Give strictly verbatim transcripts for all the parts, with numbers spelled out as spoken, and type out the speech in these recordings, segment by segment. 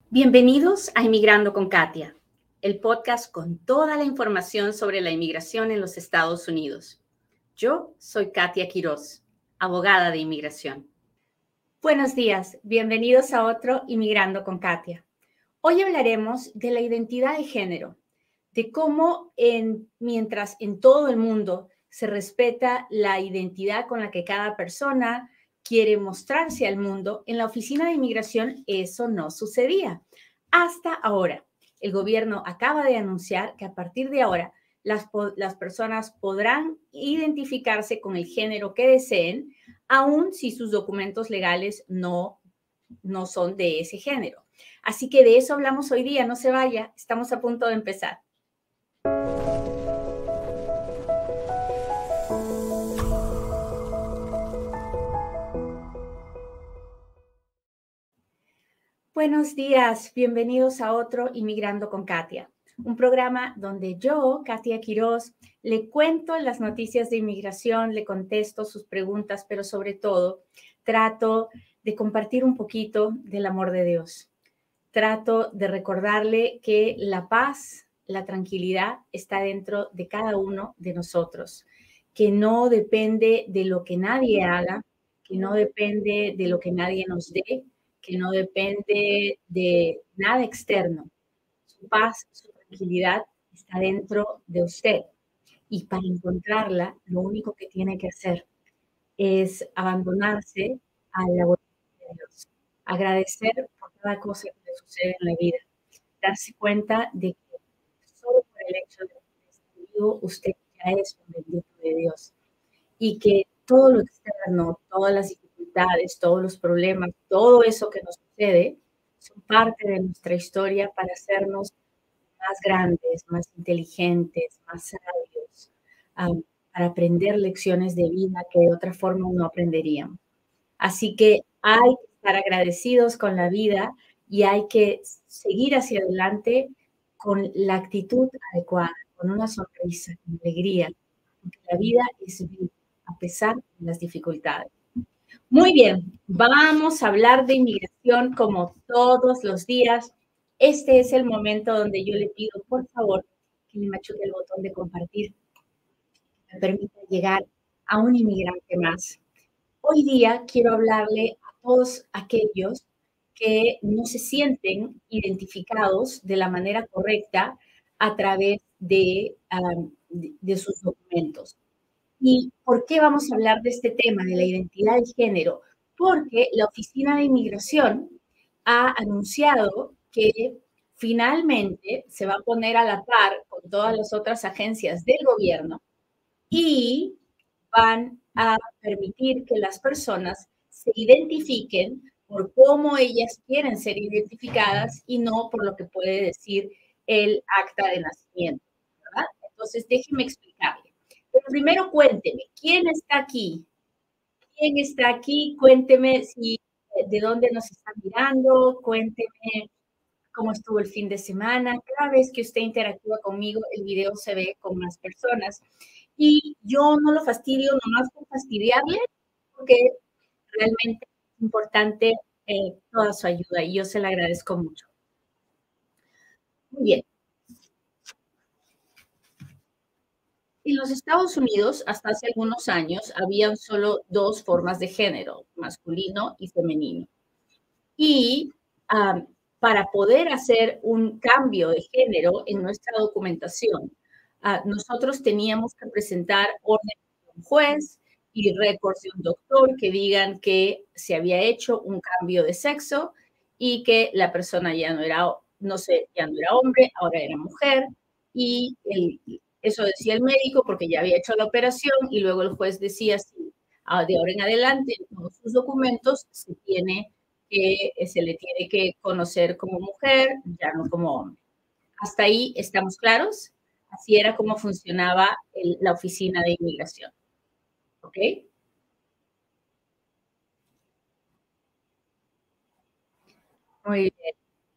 Bienvenidos a Inmigrando con Katia, el podcast con toda la información sobre la inmigración en los Estados Unidos. Yo soy Katia Quiroz, abogada de inmigración. Buenos días, bienvenidos a otro Inmigrando con Katia. Hoy hablaremos de la identidad de género, de cómo en, mientras en todo el mundo se respeta la identidad con la que cada persona quiere mostrarse al mundo, en la Oficina de Inmigración eso no sucedía. Hasta ahora, el gobierno acaba de anunciar que a partir de ahora las, las personas podrán identificarse con el género que deseen, aun si sus documentos legales no, no son de ese género. Así que de eso hablamos hoy día, no se vaya, estamos a punto de empezar. Buenos días, bienvenidos a otro Inmigrando con Katia, un programa donde yo, Katia Quiroz, le cuento las noticias de inmigración, le contesto sus preguntas, pero sobre todo trato de compartir un poquito del amor de Dios. Trato de recordarle que la paz, la tranquilidad está dentro de cada uno de nosotros, que no depende de lo que nadie haga, que no depende de lo que nadie nos dé, que no depende de nada externo. Su paz, su tranquilidad está dentro de usted. Y para encontrarla, lo único que tiene que hacer es abandonarse a la voluntad de Dios. Agradecer por cada cosa que le sucede en la vida. Darse cuenta de que solo por el hecho de estar vivo, usted ya es un bendito de Dios. Y que todo lo externo, todas las dificultades, todos los problemas, todo eso que nos sucede, son parte de nuestra historia para hacernos más grandes, más inteligentes, más sabios, um, para aprender lecciones de vida que de otra forma no aprenderíamos. Así que hay que estar agradecidos con la vida y hay que seguir hacia adelante con la actitud adecuada, con una sonrisa, con alegría, porque la vida es vida a pesar de las dificultades. Muy bien, vamos a hablar de inmigración como todos los días. Este es el momento donde yo le pido, por favor, que me machuque el botón de compartir, que me permita llegar a un inmigrante más. Hoy día quiero hablarle a todos aquellos que no se sienten identificados de la manera correcta a través de, um, de, de sus documentos. ¿Y por qué vamos a hablar de este tema, de la identidad de género? Porque la Oficina de Inmigración ha anunciado que finalmente se va a poner a la par con todas las otras agencias del gobierno y van a permitir que las personas se identifiquen por cómo ellas quieren ser identificadas y no por lo que puede decir el acta de nacimiento, ¿verdad? Entonces, déjeme explicarle. Pero primero cuénteme, ¿quién está aquí? ¿Quién está aquí? Cuénteme si, de dónde nos está mirando, cuénteme cómo estuvo el fin de semana. Cada vez que usted interactúa conmigo, el video se ve con más personas. Y yo no lo fastidio nomás por fastidiarle, porque realmente es importante eh, toda su ayuda y yo se la agradezco mucho. Muy bien. En los Estados Unidos, hasta hace algunos años, habían solo dos formas de género, masculino y femenino. Y um, para poder hacer un cambio de género en nuestra documentación, uh, nosotros teníamos que presentar órdenes de un juez y récords de un doctor que digan que se había hecho un cambio de sexo y que la persona ya no era, no sé, ya no era hombre, ahora era mujer, y el, eso decía el médico porque ya había hecho la operación, y luego el juez decía, sí, de ahora en adelante, en todos sus documentos se tiene que se le tiene que conocer como mujer, ya no como hombre. ¿Hasta ahí estamos claros? Así era como funcionaba el, la oficina de inmigración. ¿Ok? Muy bien.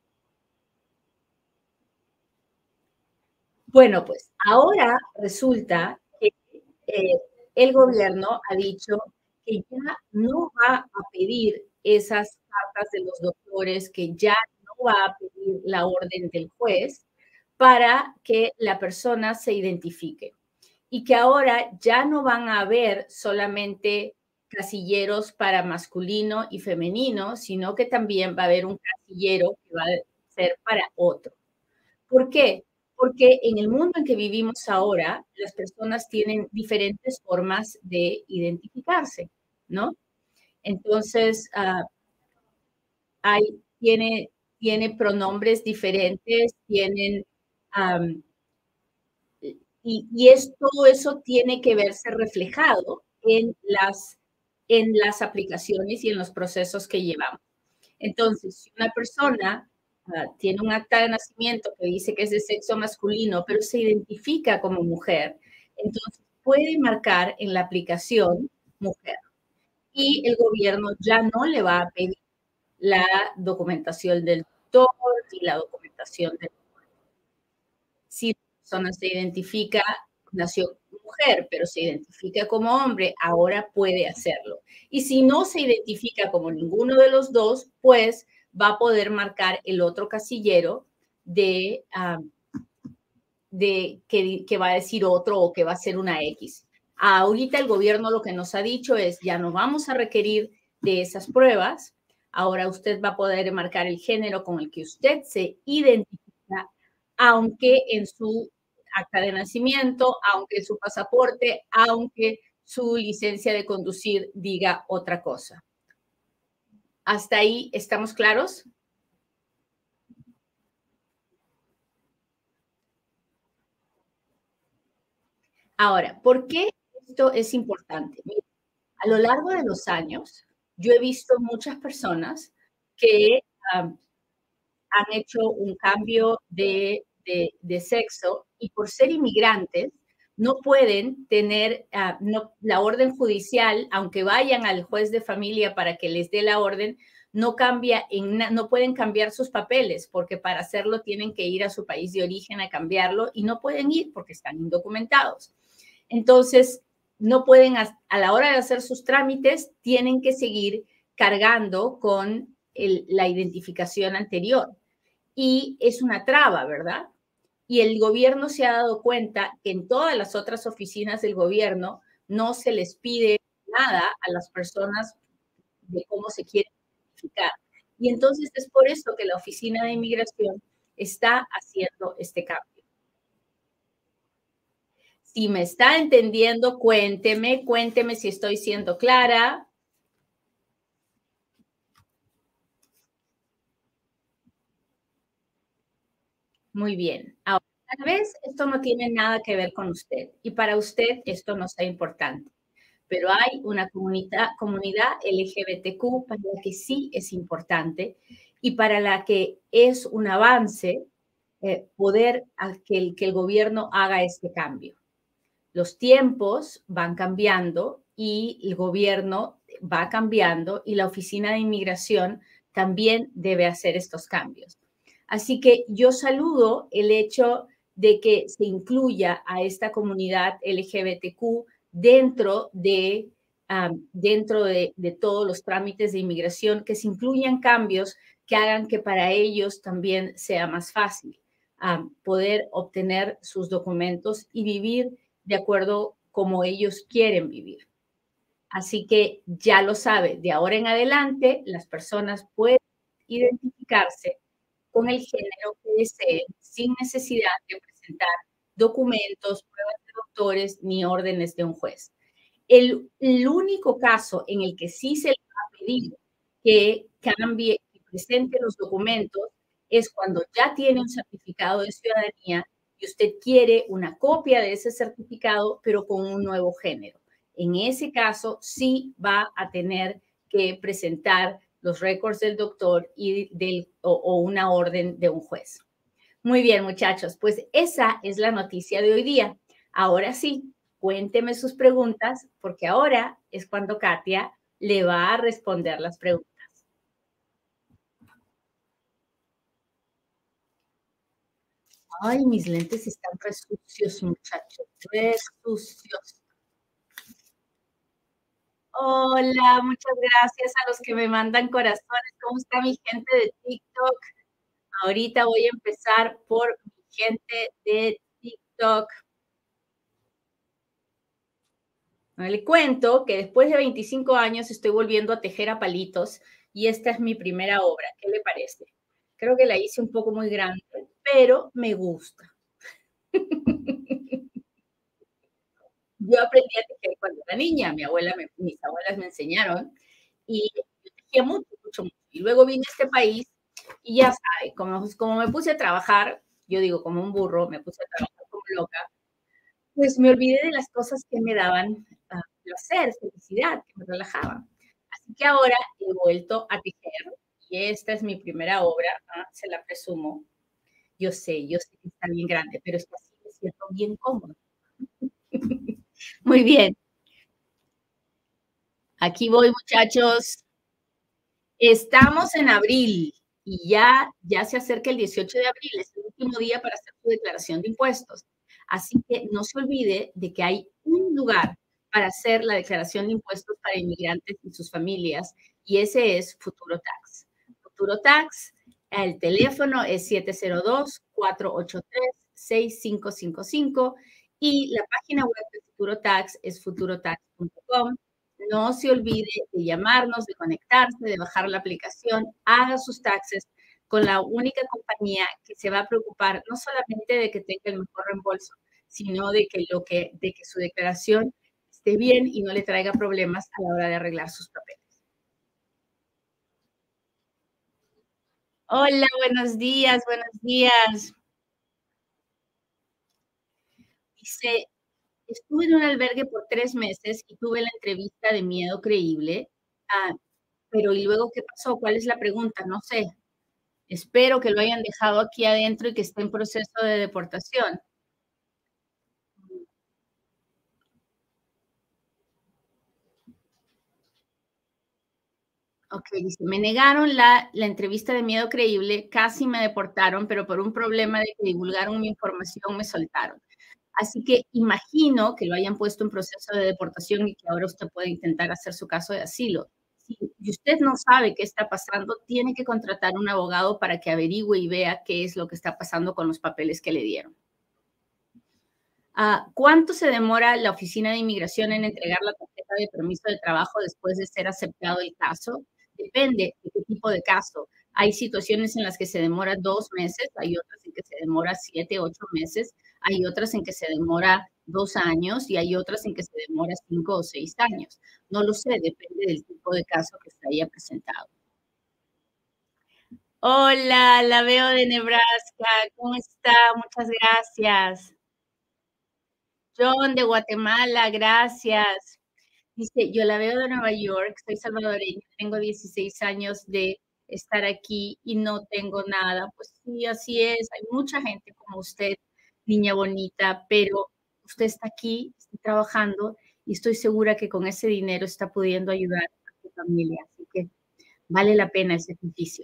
Bueno, pues ahora resulta que eh, el gobierno ha dicho que ya no va a pedir esas cartas de los doctores, que ya no va a pedir la orden del juez para que la persona se identifique. Y que ahora ya no van a haber solamente casilleros para masculino y femenino, sino que también va a haber un casillero que va a ser para otro. ¿Por qué? Porque en el mundo en que vivimos ahora, las personas tienen diferentes formas de identificarse, ¿no? Entonces, uh, hay, tiene, tiene pronombres diferentes, tienen, um, y, y es, todo eso tiene que verse reflejado en las, en las aplicaciones y en los procesos que llevamos. Entonces, si una persona uh, tiene un acta de nacimiento que dice que es de sexo masculino, pero se identifica como mujer, entonces puede marcar en la aplicación mujer. Y el gobierno ya no le va a pedir la documentación del doctor y la documentación del si la persona se identifica, nació mujer, pero se identifica como hombre, ahora puede hacerlo. Y si no se identifica como ninguno de los dos, pues va a poder marcar el otro casillero de, um, de que, que va a decir otro o que va a ser una X. Ahorita el gobierno lo que nos ha dicho es, ya no vamos a requerir de esas pruebas, ahora usted va a poder marcar el género con el que usted se identifica, aunque en su acta de nacimiento, aunque en su pasaporte, aunque su licencia de conducir diga otra cosa. ¿Hasta ahí estamos claros? Ahora, ¿por qué esto es importante? Mira, a lo largo de los años, yo he visto muchas personas que um, han hecho un cambio de, de, de, sexo y por ser inmigrantes no pueden tener uh, no, la orden judicial, aunque vayan al juez de familia para que les dé la orden, no, cambia en, no pueden cambiar sus papeles porque para hacerlo tienen que ir a su país de origen a cambiarlo y no pueden ir porque están indocumentados. Entonces, no pueden, a la hora de hacer sus trámites, tienen que seguir cargando con el, la identificación anterior. Y es una traba, ¿verdad? Y el gobierno se ha dado cuenta que en todas las otras oficinas del gobierno no se les pide nada a las personas de cómo se quieren identificar. Y entonces es por eso que la Oficina de Inmigración está haciendo este cambio. Si me está entendiendo, cuénteme, cuénteme si estoy siendo clara. Muy bien. Ahora, tal vez esto no tiene nada que ver con usted y para usted esto no sea importante, pero hay una comunidad, comunidad L G B T Q para la que sí es importante y para la que es un avance eh, poder que el, que el gobierno haga este cambio. Los tiempos van cambiando y el gobierno va cambiando y la Oficina de Inmigración también debe hacer estos cambios. Así que yo saludo el hecho de que se incluya a esta comunidad L G B T Q dentro de, um, dentro de, de todos los trámites de inmigración, que se incluyan cambios que hagan que para ellos también sea más fácil um, poder obtener sus documentos y vivir de acuerdo como ellos quieren vivir. Así que ya lo sabe, de ahora en adelante las personas pueden identificarse con el género que deseen sin necesidad de presentar documentos, pruebas de doctores ni órdenes de un juez. El, el único caso en el que sí se le ha pedido que cambie y presente los documentos es cuando ya tiene un certificado de ciudadanía y usted quiere una copia de ese certificado, pero con un nuevo género. En ese caso, sí va a tener que presentar los récords del doctor y del, o, o una orden de un juez. Muy bien, muchachos, pues esa es la noticia de hoy día. Ahora sí, cuénteme sus preguntas, porque ahora es cuando Katia le va a responder las preguntas. Ay, mis lentes están re sucios, muchachos, re sucios. Hola, muchas gracias a los que me mandan corazones. ¿Cómo está mi gente de TikTok? Ahorita voy a empezar por mi gente de TikTok. Le cuento que después de veinticinco años estoy volviendo a tejer a palitos y esta es mi primera obra. ¿Qué le parece? Creo que la hice un poco muy grande, pero me gusta. Yo aprendí a tejer cuando era niña, mi abuela me, mis abuelas me enseñaron y yo tejía mucho, mucho, mucho. Y luego vine a este país y ya sabe, como, como me puse a trabajar, yo digo como un burro, me puse a trabajar como loca, pues me olvidé de las cosas que me daban uh, placer, felicidad, que me relajaban. Así que ahora he vuelto a tejer y esta es mi primera obra, ¿no? Se la presumo. Yo sé, yo sé que está bien grande, pero es que así me siento bien cómodo. Muy bien. Aquí voy, muchachos. Estamos en abril y ya, ya se acerca el dieciocho de abril, es el último día para hacer su declaración de impuestos. Así que no se olvide de que hay un lugar para hacer la declaración de impuestos para inmigrantes y sus familias, y ese es Futuro Tax. Futuro Tax, el teléfono es siete cero dos, cuatro ocho tres, seis cinco cinco cinco y la página web de Futuro Tax es futurotax punto com. No se olvide de llamarnos, de conectarse, de bajar la aplicación, haga sus taxes con la única compañía que se va a preocupar no solamente de que tenga el mejor reembolso, sino de que, lo que, de que su declaración esté bien y no le traiga problemas a la hora de arreglar sus papeles. Hola, buenos días, buenos días. Dice, estuve en un albergue por tres meses y tuve la entrevista de miedo creíble. Ah, pero ¿y luego qué pasó? ¿Cuál es la pregunta? No sé. Espero que lo hayan dejado aquí adentro y que esté en proceso de deportación. Ok, dice, me negaron la, la entrevista de miedo creíble, casi me deportaron, pero por un problema de que divulgaron mi información me soltaron. Así que imagino que lo hayan puesto en proceso de deportación y que ahora usted puede intentar hacer su caso de asilo. Si usted no sabe qué está pasando, tiene que contratar un abogado para que averigüe y vea qué es lo que está pasando con los papeles que le dieron. Uh, ¿Cuánto se demora la Oficina de Inmigración en entregar la tarjeta de permiso de trabajo después de ser aceptado el caso? Depende de qué tipo de caso. Hay situaciones en las que se demora dos meses, hay otras en que se demora siete, ocho meses, hay otras en que se demora dos años y hay otras en que se demora cinco o seis años. No lo sé, depende del tipo de caso que se haya presentado. Hola, la veo de Nebraska. ¿Cómo está? Muchas gracias. John de Guatemala, gracias. Dice, yo la veo de Nueva York, soy salvadoreña, tengo dieciséis años de estar aquí y no tengo nada. Pues sí, así es, hay mucha gente como usted, niña bonita, pero usted está aquí, está trabajando y estoy segura que con ese dinero está pudiendo ayudar a su familia, así que vale la pena el sacrificio.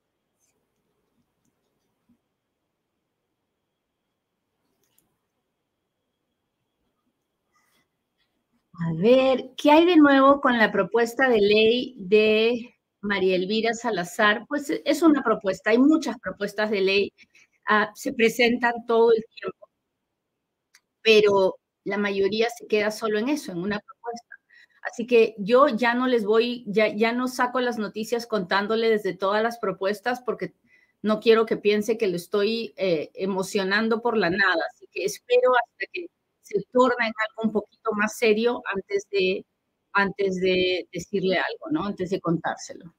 A ver, ¿qué hay de nuevo con la propuesta de ley de María Elvira Salazar? Pues e, es una propuesta, hay muchas propuestas de ley, uh, se presentan todo el tiempo, pero la mayoría se queda solo en eso, en una propuesta. Así que yo ya no les voy, ya, ya no saco las noticias contándole desde todas las propuestas porque no quiero que piense que lo estoy eh, emocionando por la nada. Así que espero hasta que se torne en algo un poquito más serio antes de, antes de decirle algo, ¿no? Antes de contárselo.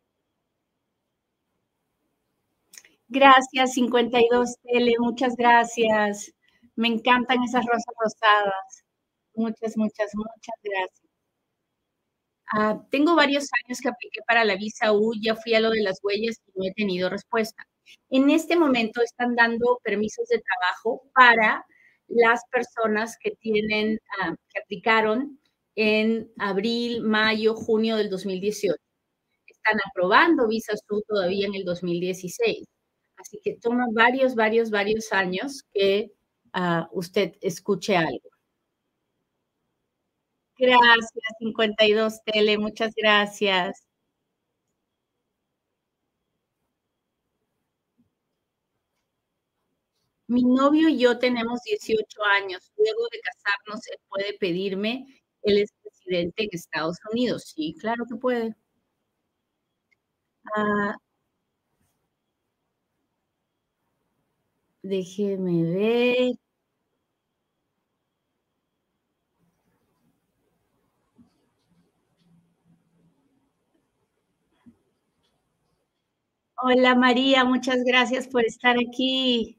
Gracias, cincuenta y dos Tele, muchas gracias. Me encantan esas rosas rosadas. Muchas, muchas, muchas gracias. Ah, tengo varios años que apliqué para la visa U, ya fui a lo de las huellas y no he tenido respuesta. En este momento están dando permisos de trabajo para las personas que tienen, ah, que aplicaron en abril, mayo, junio del dos mil dieciocho. Están aprobando visas U todavía en el dos mil dieciséis. Así que toma varios, varios, varios años que uh, usted escuche algo. Gracias, cincuenta y dos Tele, muchas gracias. Mi novio y yo tenemos dieciocho años. Luego de casarnos, él puede pedirme. Él es presidente en Estados Unidos. Sí, claro que puede. Ah, déjeme ver. Hola María, muchas gracias por estar aquí.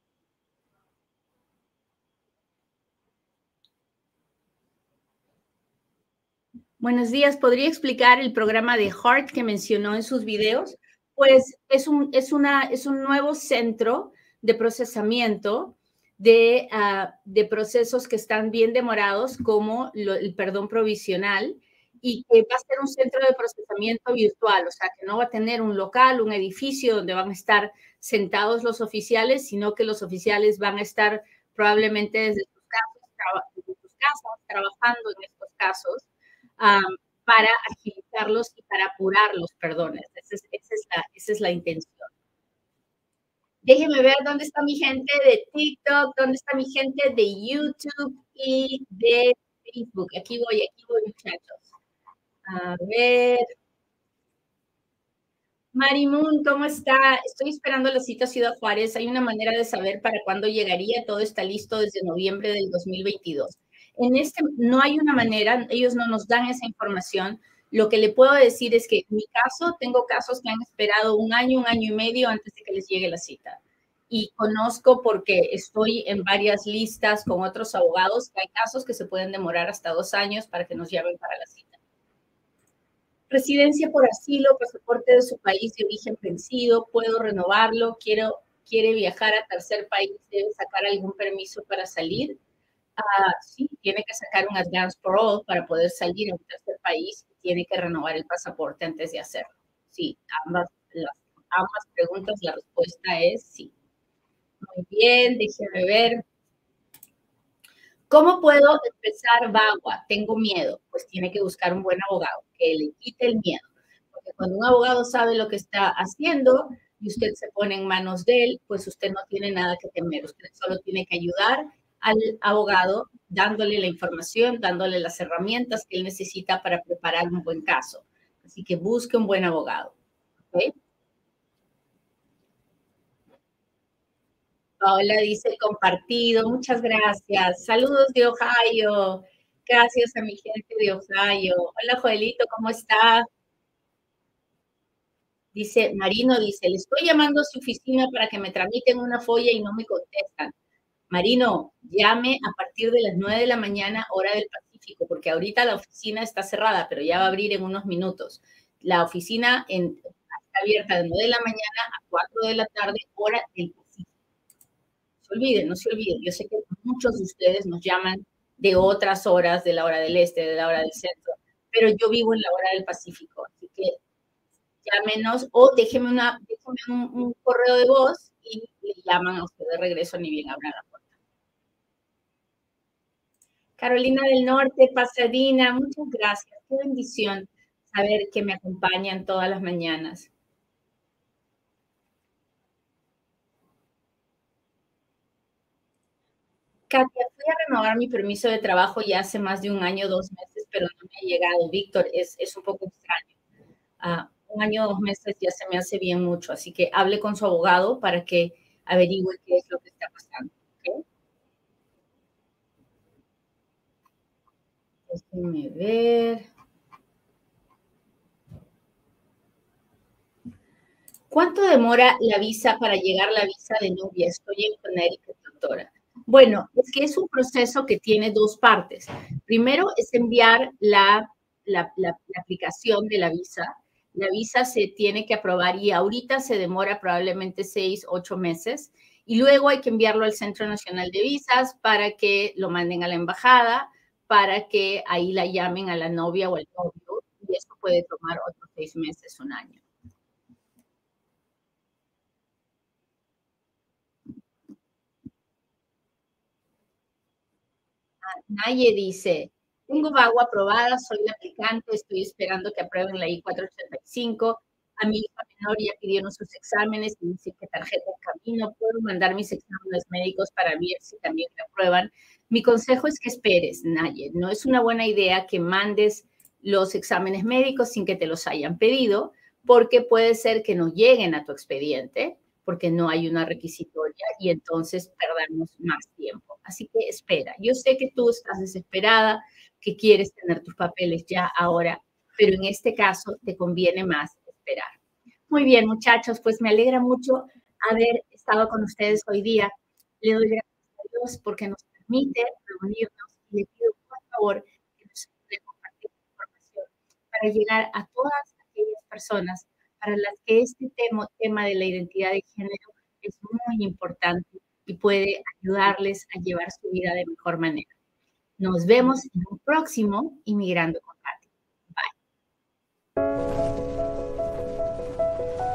Buenos días, ¿podría explicar el programa de HEART que mencionó en sus videos? Pues es un, es una, es un nuevo centro de procesamiento de, uh, de procesos que están bien demorados, como lo, el perdón provisional, y que va a ser un centro de procesamiento virtual, o sea, que no va a tener un local, un edificio donde van a estar sentados los oficiales, sino que los oficiales van a estar probablemente desde sus casas, traba, desde sus casas trabajando en estos casos um, para agilizarlos y para apurar los perdones. Esa es, esa es, la, esa es la intención. Déjenme ver dónde está mi gente de TikTok, dónde está mi gente de YouTube y de Facebook. Aquí voy, aquí voy, muchachos. A ver. Marimun, ¿cómo está? Estoy esperando la cita a Ciudad Juárez. Hay una manera de saber para cuándo llegaría. Todo está listo desde noviembre del dos mil veintidós. En este no hay una manera, ellos no nos dan esa información. Lo que le puedo decir es que en mi caso, tengo casos que han esperado un año, un año y medio antes de que les llegue la cita. Y conozco porque estoy en varias listas con otros abogados que hay casos que se pueden demorar hasta dos años para que nos llamen para la cita. Residencia por asilo, pasaporte de su país de origen vencido, puedo renovarlo, quiero, quiere viajar a tercer país, debe sacar algún permiso para salir. Uh, sí, tiene que sacar un advance parole para poder salir a un tercer país y tiene que renovar el pasaporte antes de hacerlo. Sí, ambas, las, ambas preguntas, la respuesta es sí. Muy bien, déjeme ver. ¿Cómo puedo empezar Bagua? Tengo miedo. Pues tiene que buscar un buen abogado que le quite el miedo. Porque cuando un abogado sabe lo que está haciendo y usted se pone en manos de él, pues usted no tiene nada que temer. Usted solo tiene que ayudar al abogado dándole la información, dándole las herramientas que él necesita para preparar un buen caso. Así que busque un buen abogado. ¿Okay? Paola dice compartido, muchas gracias. Saludos de Ohio. Gracias a mi gente de Ohio. Hola Joelito, ¿cómo está? Dice Marino, dice, le estoy llamando a su oficina para que me tramiten una folla y no me contestan. Marino, llame a partir de las nueve de la mañana, hora del Pacífico, porque ahorita la oficina está cerrada, pero ya va a abrir en unos minutos. La oficina en, está abierta de nueve de la mañana a cuatro de la tarde, hora del Pacífico. No se olviden, no se olviden. Yo sé que muchos de ustedes nos llaman de otras horas, de la hora del este, de la hora del centro, pero yo vivo en la hora del Pacífico, así que llámenos o déjeme, una, déjeme un, un, correo de voz y le llaman a usted de regreso, ni bien abran la puerta. Carolina del Norte, Pasadena, muchas gracias. Qué bendición saber que me acompañan todas las mañanas. Katia, fui a renovar mi permiso de trabajo ya hace más de un año, dos meses, pero no me ha llegado. Víctor, es, es un poco extraño. Uh, un año, dos meses ya se me hace bien mucho, así que hable con su abogado para que averigüe qué es lo que está pasando. ¿Okay? Déjenme ver. ¿Cuánto demora la visa para llegar la visa de novia? Estoy en Connecticut, doctora. Bueno, es que es un proceso que tiene dos partes. Primero es enviar la, la, la, la aplicación de la visa. La visa se tiene que aprobar y ahorita se demora probablemente seis, ocho meses. Y luego hay que enviarlo al Centro Nacional de Visas para que lo manden a la embajada, para que ahí la llamen a la novia o al novio. Y eso puede tomar otros seis meses, un año. Naye dice, tengo V A W aprobada, soy la aplicante, estoy esperando que aprueben la I cuatrocientos ochenta y cinco. A mi hija menor ya pidieron sus exámenes y dice que tarjeta en camino. Puedo mandar mis exámenes médicos para ver si también me aprueban. Mi consejo es que esperes, Naye. No es una buena idea que mandes los exámenes médicos sin que te los hayan pedido, porque puede ser que no lleguen a tu expediente, porque no hay una requisitoria y entonces perdamos más tiempo. Así que espera. Yo sé que tú estás desesperada, que quieres tener tus papeles ya ahora, pero en este caso te conviene más esperar. Muy bien, muchachos, pues me alegra mucho haber estado con ustedes hoy día. Le doy gracias a Dios porque nos permite reunirnos y le pido, por favor, que nos ayude a compartir información para llegar a todas aquellas personas para las que este tema, tema de la identidad de género es muy importante y puede ayudarles a llevar su vida de mejor manera. Nos vemos en un próximo Inmigrando con Katia. Bye.